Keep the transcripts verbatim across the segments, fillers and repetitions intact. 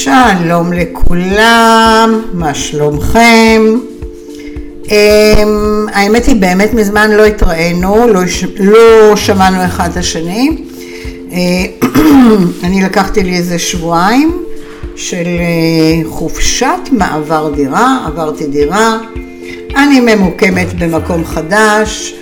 שלום לכולם, מה שלומכם? האמת היא באמת מזמן לא התראינו, לא, לא שמענו אחד את השני. אני לקחתי לי איזה שבועיים של חופשת מעבר דירה, עברתי דירה, אני ממוקמת במקום חדש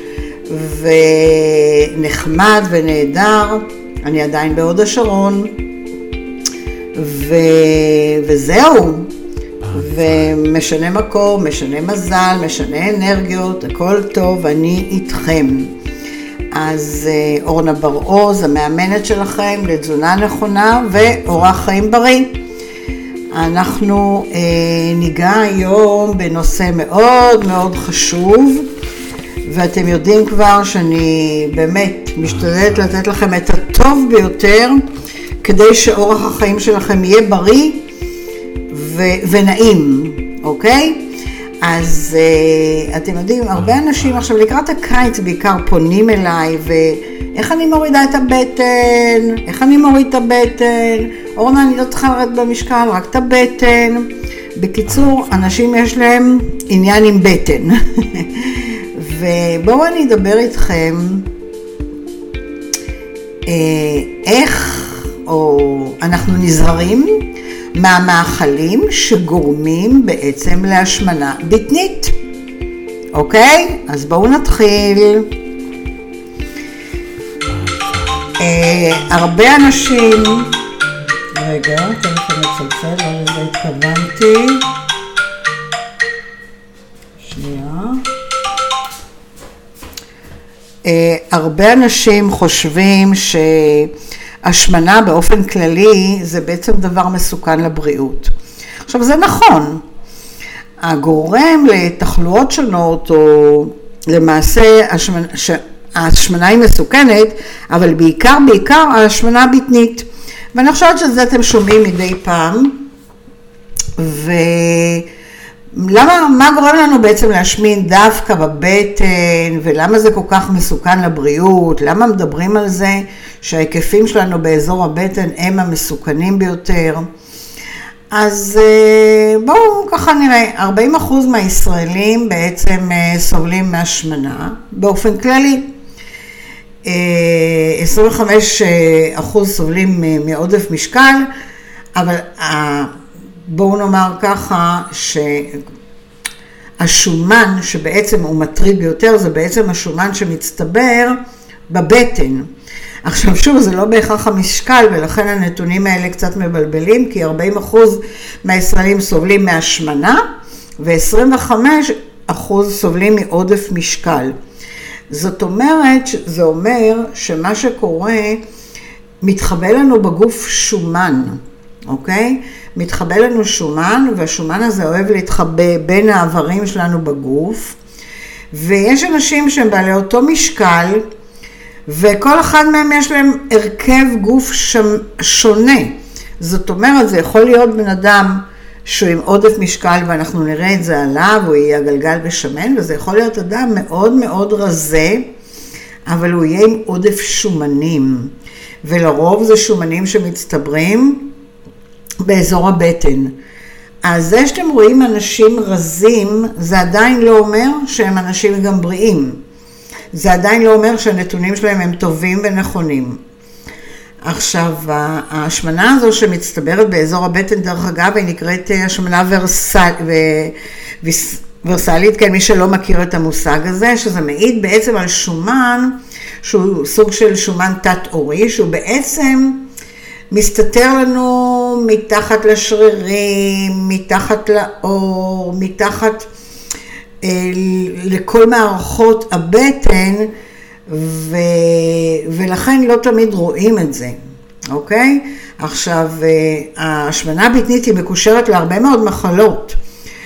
ונחמד ונהדר, אני עדיין בהוד השרון ו... וזהו, ומשנה מקום, משנה מזל, משנה אנרגיות, הכל טוב, אני איתכם. אז אורנה בר-עוז, המאמנת שלכם לתזונה נכונה ואורח חיים בריא. אנחנו אה, ניגע היום בנושא מאוד מאוד חשוב, ואתם יודעים כבר שאני באמת משתדלת לתת לכם את הטוב ביותר, כדי שאורח החיים שלכם יהיה בריא ו- ונעים, אוקיי? אז uh, אתם יודעים, הרבה אנשים עכשיו לקראת הקיץ בעיקר פונים אליי, ואיך אני מורידה את הבטן, איך אני מוריד את הבטן, אורנה אני לא צריכה לרדת במשקל, רק את הבטן. בקיצור, אנשים יש להם עניין עם בטן. ובואו אני אדבר איתכם uh, איך או אנחנו נזהרים מהמאכלים שגורמים בעצם להשמנה בטנית. אוקיי? אז בואו נתחיל. אה, הרבה אנשים... רגע, טלפון מצלצל, לא לזה התכוונתי. שנייה. אה, הרבה אנשים חושבים ש... השמנה באופן כללי זה בעצם דבר מסוכן לבריאות. עכשיו זה נכון, הגורם לתחלואות שונות או למעשה השמנה, השמנה היא מסוכנת, אבל בעיקר בעיקר השמנה בטנית. ואני חושבת שזה אתם שומעים מדי פעם. ולמה, מה גורם לנו בעצם להשמין דווקא בבטן, ולמה זה כל כך מסוכן לבריאות, למה מדברים על זה שההיקפים שלנו באזור הבטן הם המסוכנים ביותר. אז בואו ככה נראה, ארבעים אחוז מהישראלים בעצם סובלים מהשמנה באופן כללי. עשרים וחמישה אחוז סובלים מעודף משקל, אבל בואו נאמר ככה שהשומן שבעצם הוא מטריד ביותר, זה בעצם השומן שמצטבר בבטן. עכשיו שוב, זה לא בהכרח המשקל, ולכן הנתונים האלה קצת מבלבלים, כי ארבעים אחוז מהישראלים סובלים מהשמנה, ו-עשרים וחמישה אחוז סובלים מעודף משקל. זאת אומרת, זה אומר שמה שקורה, מתחבא לנו בגוף שומן, אוקיי? מתחבא לנו שומן, והשומן הזה אוהב להתחבא בין העברים שלנו בגוף, ויש אנשים שהם בעלי אותו משקל, וכל אחד מהם יש להם הרכב גוף שונה. זאת אומרת, זה יכול להיות בן אדם שהוא עם עודף משקל, ואנחנו נראה את זה עליו, הוא יהיה גלגל ושמן, וזה יכול להיות אדם מאוד מאוד רזה, אבל הוא יהיה עם עודף שומנים. ולרוב זה שומנים שמצטברים באזור הבטן. אז זה שאתם רואים אנשים רזים, זה עדיין לא אומר שהם אנשים גם בריאים. זה עדיין לא אומר שהנתונים שלהם הם טובים ונכונים. עכשיו, ההשמנה הזו שמצטברת באזור הבטן, דרך אגב, היא נקראת השמנה ורסל... ו... ורסלית, כן, מי שלא מכיר את המושג הזה, שזה מעיד בעצם על שומן, שהוא סוג של שומן תת-עורי, שהוא בעצם מסתתר לנו מתחת לשרירים, מתחת לאור, מתחת לכל מערכות הבטן, ו... ולכן לא תמיד רואים את זה, אוקיי? עכשיו, השמנה הבטנית היא מקושרת להרבה מאוד מחלות,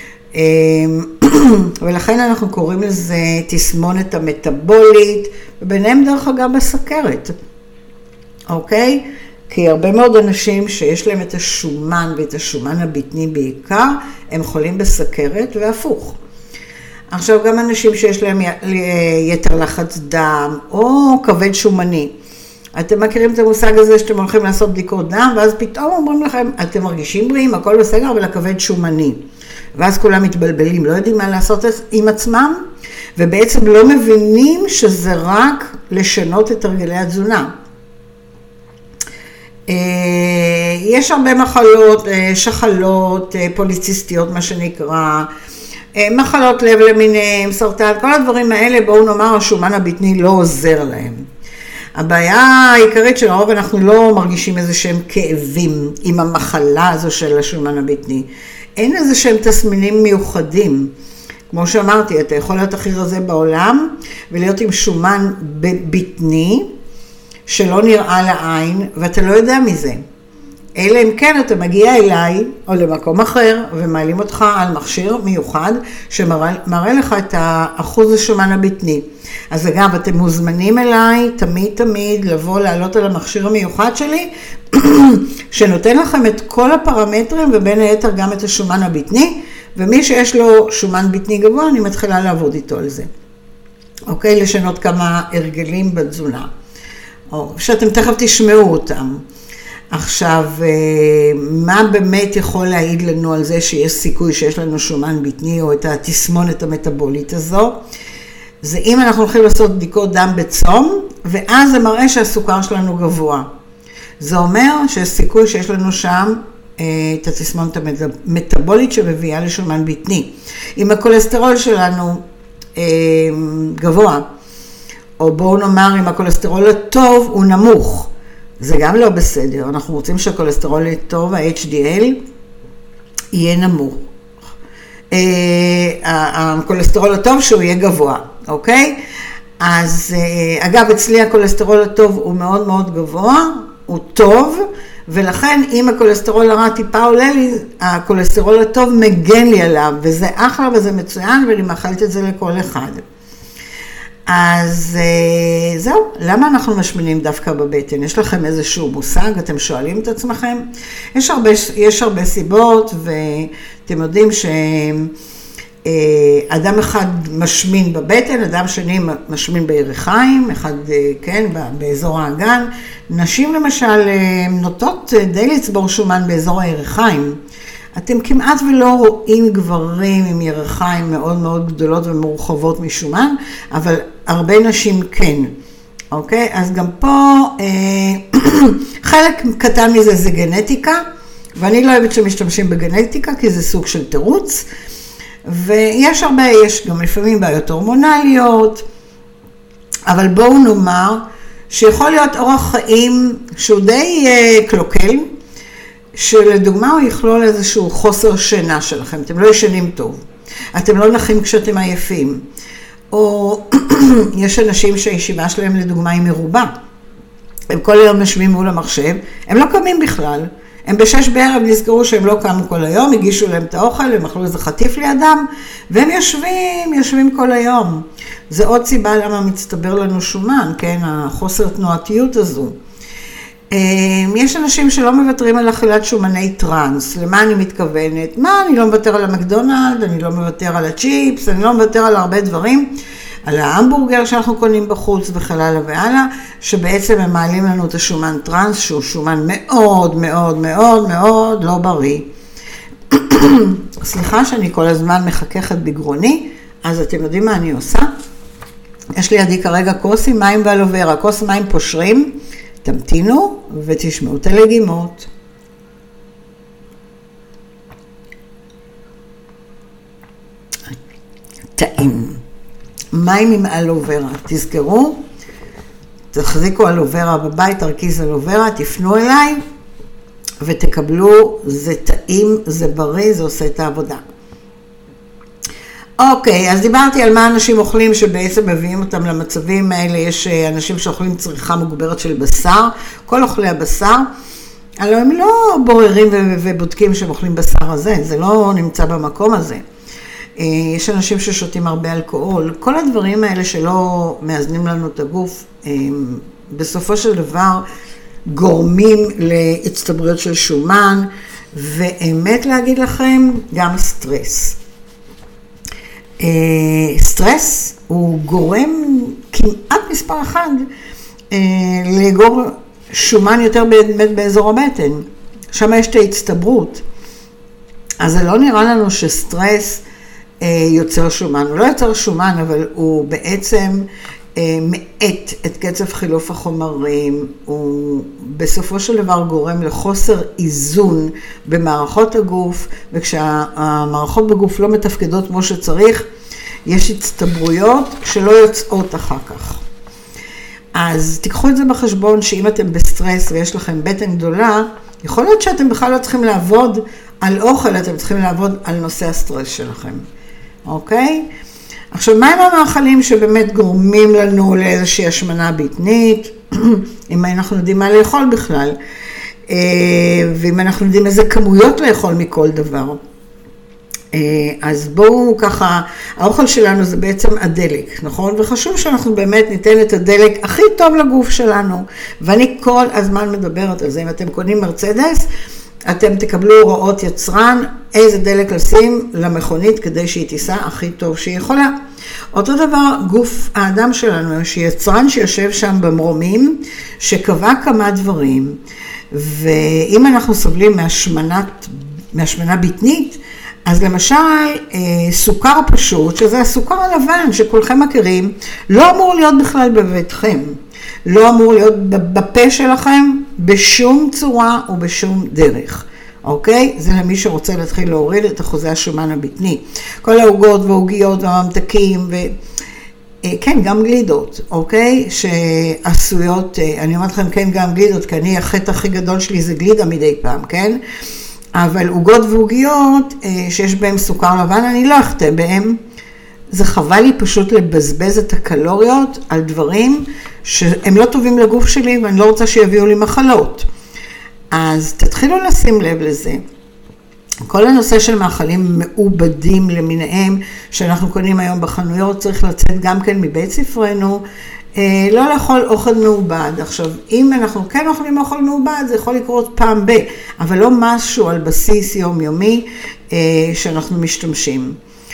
ולכן אנחנו קוראים לזה תסמונת המטאבולית, וביניהם דרך אגב הסוכרת, אוקיי? כי הרבה מאוד אנשים שיש להם את השומן ואת השומן הבטני בעיקר, הם חולים בסוכרת והפוך. עכשיו גם אנשים שיש להם יתר לחץ דם או כבד שומני, אתם מכירים את המושג הזה שאתם הולכים לעשות בדיקות דם, ואז פתאום אומרים לכם, אתם מרגישים בריאים, הכל בסדר, אבל הכבד שומני. ואז כולם מתבלבלים, לא יודעים מה לעשות עם עצמם, ובעצם לא מבינים שזה רק לשנות את הרגלי התזונה. יש הרבה מחלות, שחלות, פוליציסטיות, מה שנקרא, מחלות לב למיניהם, סרטן, כל הדברים האלה, בואו נאמר, השומן הבטני לא עוזר להם. הבעיה העיקרית של הרוב, אנחנו לא מרגישים איזה שהם כאבים עם המחלה הזו של השומן הבטני. אין איזה שהם תסמינים מיוחדים. כמו שאמרתי, אתה יכול להיות הכי רזה בעולם, ולהיות עם שומן בטני, שלא נראה לעין, ואתה לא יודע מזה. אלא אם כן אתה מגיע אליי, או למקום אחר, ומעלים אותך על מכשיר מיוחד, שמראה לך את האחוז השומן הבטני. אז אגב, אתם מוזמנים אליי, תמיד תמיד, לבוא, לעלות על המכשיר המיוחד שלי, שנותן לכם את כל הפרמטרים, ובין היתר גם את השומן הבטני, ומי שיש לו שומן בטני גבוה, אני מתחילה לעבוד איתו על זה. אוקיי? לשנות כמה הרגלים בתזונה. או שאתם תכף תשמעו אותם. עכשיו, מה באמת יכול להעיד לנו על זה שיש סיכוי שיש לנו שומן בטני או את התסמונת המטאבולית הזו? זה אם אנחנו הולכים לעשות בדיקות דם בצום, ואז זה מראה שהסוכר שלנו גבוה. זה אומר שיש סיכוי שיש לנו שם את התסמונת המטאבולית שמביאה לשומן בטני. אם הכולסטרול שלנו גבוה, או בואו נאמר אם הכולסטרול הטוב הוא נמוך, זה גם לא בסדר. אנחנו רוצים שהכולסטרול הטוב, ה-אייץ' די אל, יהיה נמוך. הכולסטרול הטוב שהוא יהיה גבוה, אוקיי? אז אגב, אצלי הכולסטרול הטוב הוא מאוד מאוד גבוה, הוא טוב, ולכן אם הכולסטרול הרע טיפה עולה לי, הכולסטרול הטוב מגן לי עליו, וזה אחלה וזה מצוין, ואני מאחלת את זה לכל אחד. אז זהו, למה אנחנו משמינים דווקא בבטן? יש לכם איזשהו מושג, אתם שואלים את עצמכם? יש הרבה, יש הרבה סיבות, ואתם יודעים שאדם אחד משמין בבטן, אדם שני משמין בירכיים, אחד, כן, באזור האגן. נשים למשל נוטות די לצבור שומן באזור הירכיים. אתם כמעט ולא רואים גברים עם ירכיים מאוד מאוד גדולות ומורחבות משומן, אבל הרבה נשים כן. אוקיי? אז גם פה אה, חלק קטן מזה זה גנטיקה, ואני לא אוהבת שמשתמשים בגנטיקה, כי זה סוג של תירוץ, ויש הרבה, יש גם לפעמים בעיות הורמונליות, אבל בואו נאמר שיכול להיות אורח חיים שהוא די אה, קלוקל, שלדוגמה הוא יכלול איזשהו חוסר שינה שלכם, אתם לא ישנים טוב, אתם לא נחים כשאתם עייפים, או יש אנשים שהישיבה שלהם לדוגמה היא מרובה, הם כל היום יושבים מול המחשב, הם לא קמים בכלל, הם בשש בערב נזכרו שהם לא קמו כל היום, הגישו להם את האוכל, הם אכלו איזה חטיף לידם, והם יושבים, יושבים כל היום. זה עוד סיבה למה מצטבר לנו שומן, כן, החוסר תנועתיות הזו. יש אנשים שלא מוותרים על אכילת שומני טרנס. למה אני מתכוונת? מה, אני לא מוותר על המקדונלד, אני לא מוותר על הצ'יפס, אני לא מוותר על הרבה דברים, על ההמבורגר שאנחנו קונים בחוץ וכן הלאה והלאה, שבעצם הם מעלים לנו את השומן טרנס, שהוא שומן מאוד מאוד מאוד מאוד לא בריא. סליחה שאני כל הזמן מחככת בגרוני, אז אתם יודעים מה אני עושה? יש לי עדי כרגע כוס עם מים ואלוברה, כוס מים פושרים, תמתינו ותשמעו את הלגימות. טעים. מים עם אלוברה. תזכרו, תחזיקו אלוברה בבית, תרכיז אלוברה, תפנו אליי ותקבלו, זה טעים, זה בריא, זה עושה את העבודה. אוקיי, אז דיברתי על מה אנשים אוכלים שבעצם מביאים אותם למצבים האלה. יש אנשים שאוכלים צריכה מוגברת של בשר, כל אוכלי הבשר, אבל הם לא בוררים ובודקים שהם אוכלים בשר הזה, זה לא נמצא במקום הזה. יש אנשים ששותים הרבה אלכוהול, כל הדברים האלה שלא מאזנים לנו את הגוף, בסופו של דבר גורמים להצטברויות של שומן, ואמת להגיד לכם, גם סטרס. סטרס הוא גורם כמעט מספר אחד לאגור שומן יותר באמת באזור הבטן. שם יש את ההצטברות. אז זה לא נראה לנו שסטרס יוצר שומן. הוא לא יוצר שומן, אבל הוא בעצם מאט את קצב חילוף החומרים, הוא בסופו של דבר גורם לחוסר איזון במערכות הגוף, וכשהמערכות בגוף לא מתפקדות כמו שצריך, יש הצטברויות שלא יוצאות אחר כך. אז תיקחו את זה בחשבון שאם אתם בסטרס ויש לכם בטן גדולה, יכול להיות שאתם בכלל לא צריכים לעבוד על אוכל, אתם צריכים לעבוד על נושא הסטרס שלכם. אוקיי? עכשיו, מה הם המאכלים שבאמת גורמים לנו לאיזושהי השמנה בטנית, אם אנחנו יודעים מה לאכול בכלל, ואם אנחנו יודעים איזה כמויות לאכול מכל דבר. אז בואו ככה, האוכל שלנו זה בעצם הדלק, נכון? וחשוב שאנחנו באמת ניתן את הדלק הכי טוב לגוף שלנו, ואני כל הזמן מדברת על זה. אם אתם קונים מרצדס, אתם תקבלו הוראות יצרן, איזה דלק לשים למכונית כדי שהיא תיסע הכי טוב שהיא יכולה. אותו דבר, גוף האדם שלנו, שיצרן שיושב שם במרומים, שקבע כמה דברים, ואם אנחנו סובלים מהשמנת, מהשמנה בטנית, אז למשל, סוכר פשוט, שזה הסוכר הלבן שכולכם מכירים, לא אמור להיות בכלל בביתכם. לא אמור להיות בפה שלכם בשום צורה ובשום דרך. אוקיי? זה למי שרוצה להתחיל להוריד את אחוזי השומן הבטני. כל העוגות והעוגיות והממתקים ו... כן, גם גלידות, אוקיי? שעשויות, אני אומרת לכם כן גם גלידות, כי אני החטא הכי גדול שלי זה גלידה מדי פעם, כן? אבל עוגות ועוגיות שיש בהם סוכר לבן, אני לא אחטא בהם. זה חבל לי פשוט לבזבז את הקלוריות על דברים שהם לא טובים לגוף שלי ואני לא רוצה שיביאו לי מחלות. אז תתחילו לשים לב לזה. כל הנושא של מאכלים מעובדים למיניהם שאנחנו קונים היום בחנויות צריך לצאת גם כן מבית ספרנו, לא לאכול אוכל מעובד. עכשיו, אם אנחנו כן אוכלים אוכל מעובד, זה יכול לקרות פעם ב, אבל לא משהו על בסיס יומיומי שאנחנו משתמשים.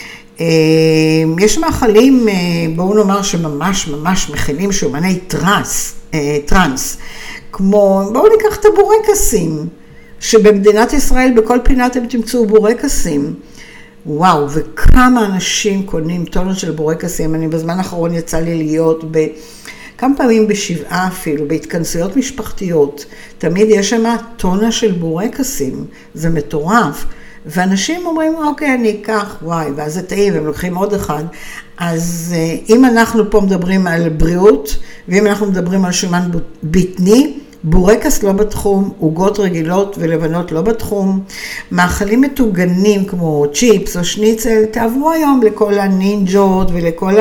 יש מאכלים, בואו נאמר שממש ממש מכילים שומני טרנס, טרנס, כמו, בואו ניקח את הבורקסים, שבמדינת ישראל בכל פינה אתם תמצאו בורקסים. וואו, וכמה אנשים קונים טונות של בורקסים. אני בזמן האחרון יצא לי להיות בכמה פעמים בשבעה אפילו, בהתכנסויות משפחתיות. תמיד יש שם טונה של בורקסים, זה מטורף. ואנשים אומרים, אוקיי, אני אקח, וואי, ואז זה טעים, הם לוקחים עוד אחד. אז אם אנחנו פה מדברים על בריאות, ואם אנחנו מדברים על שומן בטני, בורקס לא בתחום, עוגות רגילות ולבנות לא בתחום, מאכלים מטוגנים כמו צ'יפס או שניצל, תעברו היום לכל הנינג'ות ולכל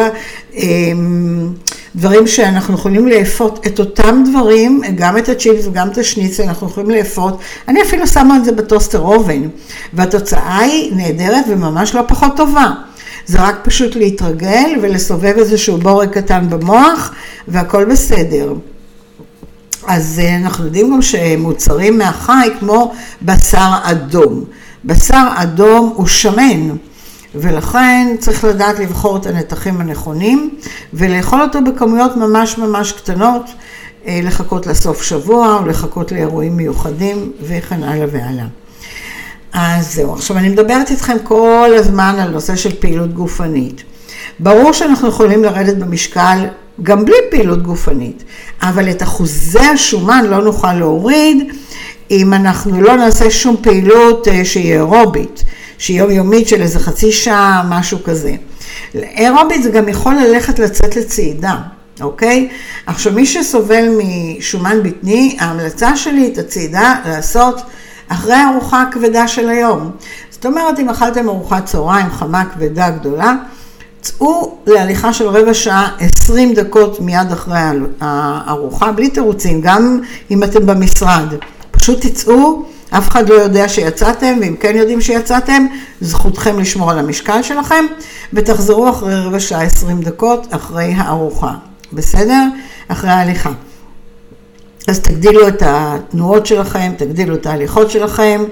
הדברים שאנחנו יכולים לאפות את אותם דברים, גם את הצ'יפס וגם את השניצל, אנחנו יכולים לאפות. אני אפילו שמה את זה בטוסטר אובן, והתוצאה היא נהדרת וממש לא פחות טובה. זה רק פשוט להתרגל ולסובב איזשהו בורק קטן במוח, והכל בסדר. אז אנחנו יודעים גם שמוצרים מהחי כמו בשר אדום. בשר אדום הוא שמן, ולכן צריך לדעת לבחור את הנתחים הנכונים, ולאכול אותו בכמויות ממש ממש קטנות, לחכות לסוף שבוע, או לחכות לאירועים מיוחדים, וכן הלאה והלאה. אז זהו, עכשיו אני מדברת איתכם כל הזמן על נושא של פעילות גופנית. ברור שאנחנו יכולים לרדת במשקל גם בלי פעילות גופנית, אבל את אחוזי השומן לא נוכל להוריד אם אנחנו לא נעשה שום פעילות שהיא אירובית, שהיא יומיומית של איזה חצי שעה, משהו כזה. אירובית זה גם יכול ללכת לצאת לצעידה, אוקיי? עכשיו מי שסובל משומן בטני, ההמלצה שלי את הצעידה לעשות אחרי הארוחה הכבדה של היום. זאת אומרת, אם אכלתם ארוחת צהריים חמה כבדה גדולה, צאו להליכה של רבע שעה, עשרים דקות מיד אחרי הארוחה, בלי תירוצים, גם אם אתם במשרד. פשוט תצאו, אף אחד לא יודע שיצאתם, ואם כן יודעים שיצאתם, זכותכם לשמור על המשקל שלכם, ותחזרו אחרי רבע שעה, עשרים דקות אחרי הארוחה. בסדר? אחרי ההליכה. אז תגדילו את התנועות שלכם, תגדילו את ההליכות שלכם,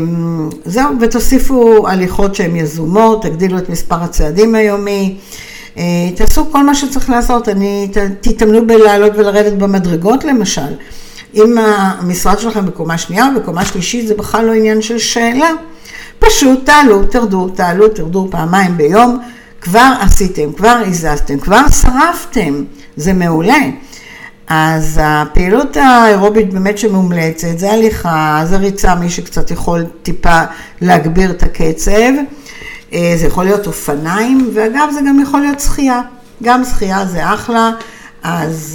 זהו, ותוסיפו הליכות שהן יזומות, תגדילו את מספר הצעדים היומי, תעשו כל מה שצריך לעשות, אני, תתאמנו בלעלות ולרדת במדרגות למשל. אם המשרד שלכם בקומה שנייה או בקומה שלישית, זה בכלל לא עניין של שאלה. פשוט תעלו, תרדו, תעלו, תרדו פעמיים ביום, כבר עשיתם, כבר הזזתם, כבר שרפתם, זה מעולה. אז הפעילות האירובית באמת שמומלצת, זה הליכה, זה ריצה, מי שקצת יכול טיפה להגביר את הקצב, זה יכול להיות אופניים, ואגב זה גם יכול להיות שחייה, גם שחייה זה אחלה, אז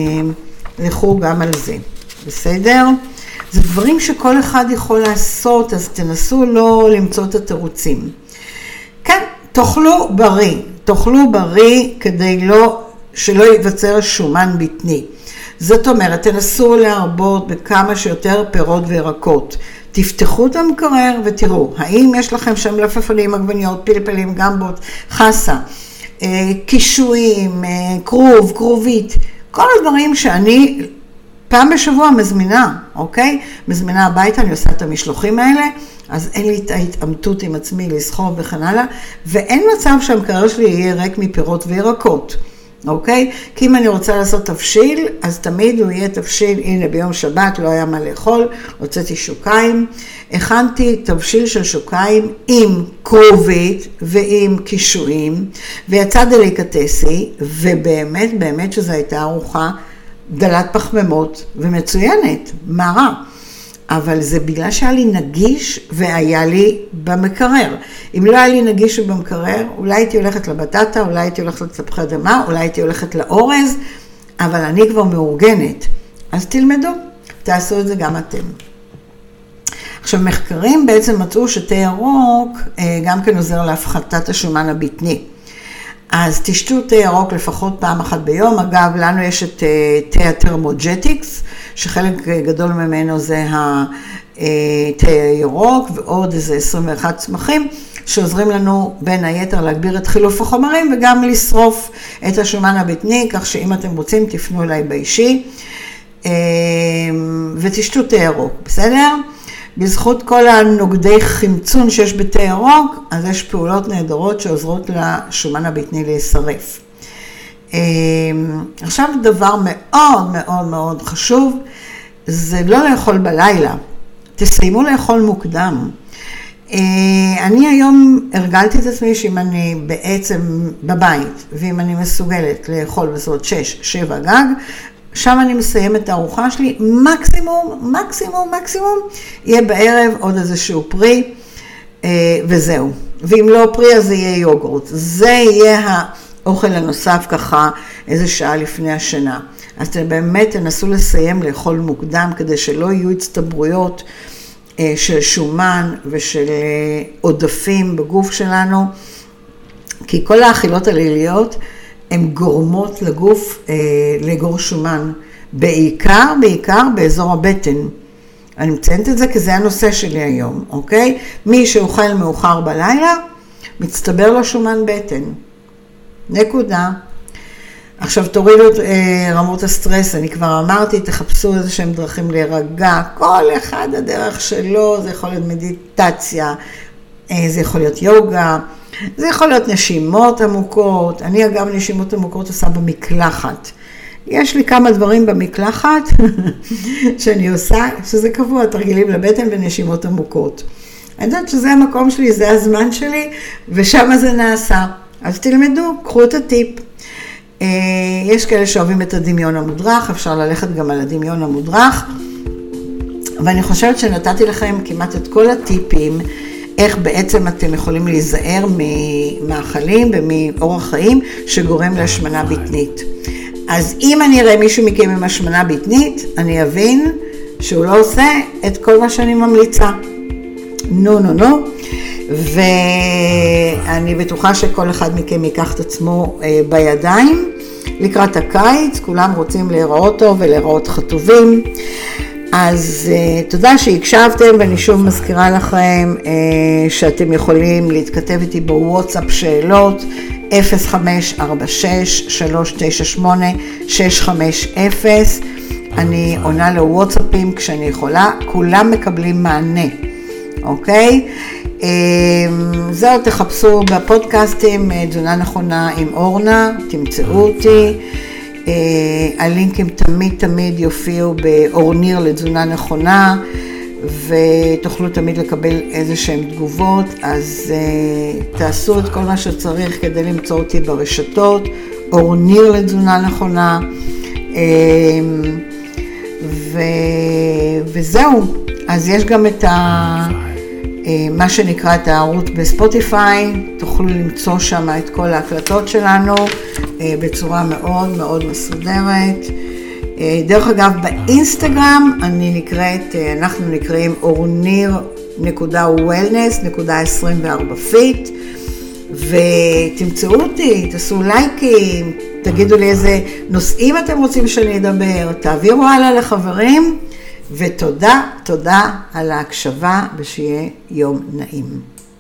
לכו גם על זה, בסדר? זה דברים שכל אחד יכול לעשות, אז תנסו לא למצוא את התירוצים. כן, תאכלו בריא, תאכלו בריא כדי לא, שלא ייווצר שומן בטני. זאת אומרת, תנסו להרבות בכמה שיותר פירות וירקות. תפתחו את המקרר ותראו, האם יש לכם שם מלפפונים, עגבניות, פלפלים, גמבות, חסה, קישואים, כרוב, כרובית, כל הדברים שאני פעם בשבוע מזמינה, אוקיי? מזמינה הביתה, אני עושה את המשלוחים האלה, אז אין לי את ההתעמתות עם עצמי לסחוב וכן הלאה, ואין מצב שהמקרר שלי יהיה ריק מפירות וירקות. אוקיי? כי אם אני רוצה לעשות תבשיל, אז תמיד הוא יהיה תבשיל, הנה ביום שבת לא היה מה לאכול, הוצאתי שוקיים, הכנתי תבשיל של שוקיים עם כרובית ועם קישואים, ויצא דליקטסי, ובאמת באמת שזו הייתה ארוחה דלת פחמימות ומצוינת, מה רע? אבל זה בגלל שהיה לי נגיש והיה לי במקרר. אם לא היה לי נגיש ובמקרר, אולי הייתי הולכת לבטטה, אולי הייתי הולכת לצפחי אדמה, אולי הייתי הולכת לאורז, אבל אני כבר מאורגנת. אז תלמדו, תעשו את זה גם אתם. עכשיו, מחקרים בעצם מצאו שתה ירוק גם כן עוזר להפחתת השומן הבטני. אז תשתו תה ירוק לפחות פעם אחת ביום. אגב, לנו יש את תה התרמוג'טיקס, שחלק גדול ממנו זה התה הירוק, ועוד איזה עשרים ואחד צמחים, שעוזרים לנו בין היתר להגביר את חילוף החומרים, וגם לשרוף את השומן הבטני, כך שאם אתם רוצים תפנו אליי באישי, ותשתו תה ירוק, בסדר? בזכות כל הנוגדי חמצון שיש בתה ירוק, אז יש פעולות נהדרות שעוזרות לשומן הבטני להישרף. עכשיו דבר מאוד מאוד מאוד חשוב, זה לא לאכול בלילה. תסיימו לאכול מוקדם. אני היום הרגלתי את עצמי שאם אני בעצם בבית, ואם אני מסוגלת לאכול בסביבות שש, שבע גג, שם אני מסיים את הארוחה שלי, מקסימום, מקסימום, מקסימום, יהיה בערב עוד איזשהו פרי, וזהו. ואם לא פרי, אז זה יהיה יוגורט. זה יהיה האוכל הנוסף ככה, איזה שעה לפני השינה. אז אתם באמת תנסו לסיים לאכול מוקדם, כדי שלא יהיו הצטברויות של שומן ושל עודפים בגוף שלנו, כי כל האכילות הליליות, הן גורמות לגוף אה, לגור שומן, בעיקר, בעיקר באזור הבטן. אני מציינת את זה כי זה הנושא שלי היום, אוקיי? מי שאוכל מאוחר בלילה, מצטבר לו שומן בטן. נקודה. עכשיו תורידו את אה, רמות הסטרס, אני כבר אמרתי, תחפשו איזה שהם דרכים להירגע, כל אחד הדרך שלו, זה יכול להיות מדיטציה, אה, זה יכול להיות יוגה, זה יכול להיות נשימות עמוקות. אני אגב נשימות עמוקות עושה במקלחת. יש לי כמה דברים במקלחת שאני עושה, שזה קבוע, תרגילים לבטן ונשימות עמוקות. אני יודעת שזה המקום שלי, זה הזמן שלי, ושם זה נעשה. אז תלמדו, קחו את הטיפ. יש כאלה שאוהבים את הדמיון המודרך, אפשר ללכת גם על הדמיון המודרך, ואני חושבת שנתתי לכם כמעט את כל הטיפים, איך בעצם אתם יכולים להיזהר ממאכלים ומאורח חיים שגורם להשמנה בטנית. אז אם אני אראה מישהו מכם עם השמנה בטנית, אני אבין שהוא לא עושה את כל מה שאני ממליצה. נו, נו, נו. ואני בטוחה שכל אחד מכם ייקח את עצמו בידיים. לקראת הקיץ, כולם רוצים להיראות טוב ולהיראות חטובים. אז uh, תודה שהקשבתם, ואני שוב מזכירה לכם uh, שאתם יכולים להתכתב איתי בוואטסאפ שאלות אפס חמש ארבע שש שלוש תשע שמונה שש חמש אפס. אני עונה לוואטסאפים כשאני יכולה, כולם מקבלים מענה, אוקיי? Uh, זהו, תחפשו בפודקאסטים תזונה נכונה עם אורנה, תמצאו אותי. הלינקים תמיד תמיד יופיעו באורניר לתזונה נכונה, ותוכלו תמיד לקבל איזה שהן תגובות, אז תעשו את כל מה שצריך כדי למצוא אותי ברשתות, אורניר לתזונה נכונה, ו... וזהו. אז יש גם את ה... מה שנקרא את הערוץ בספוטיפיי, תוכלו למצוא שם את כל ההקלטות שלנו בצורה מאוד מאוד מסודרת. דרך אגב, באינסטגרם אני נקראת, אנחנו נקראים אורניר נקודה וולנס נקודה עשרים וארבע פיט, ותמצאו אותי, תעשו לייקים, תגידו לי איזה נושאים אתם רוצים שאני אדבר, תעבירו הלאה לחברים, ותודה, תודה על ההקשבה, ושיהיה יום נעים.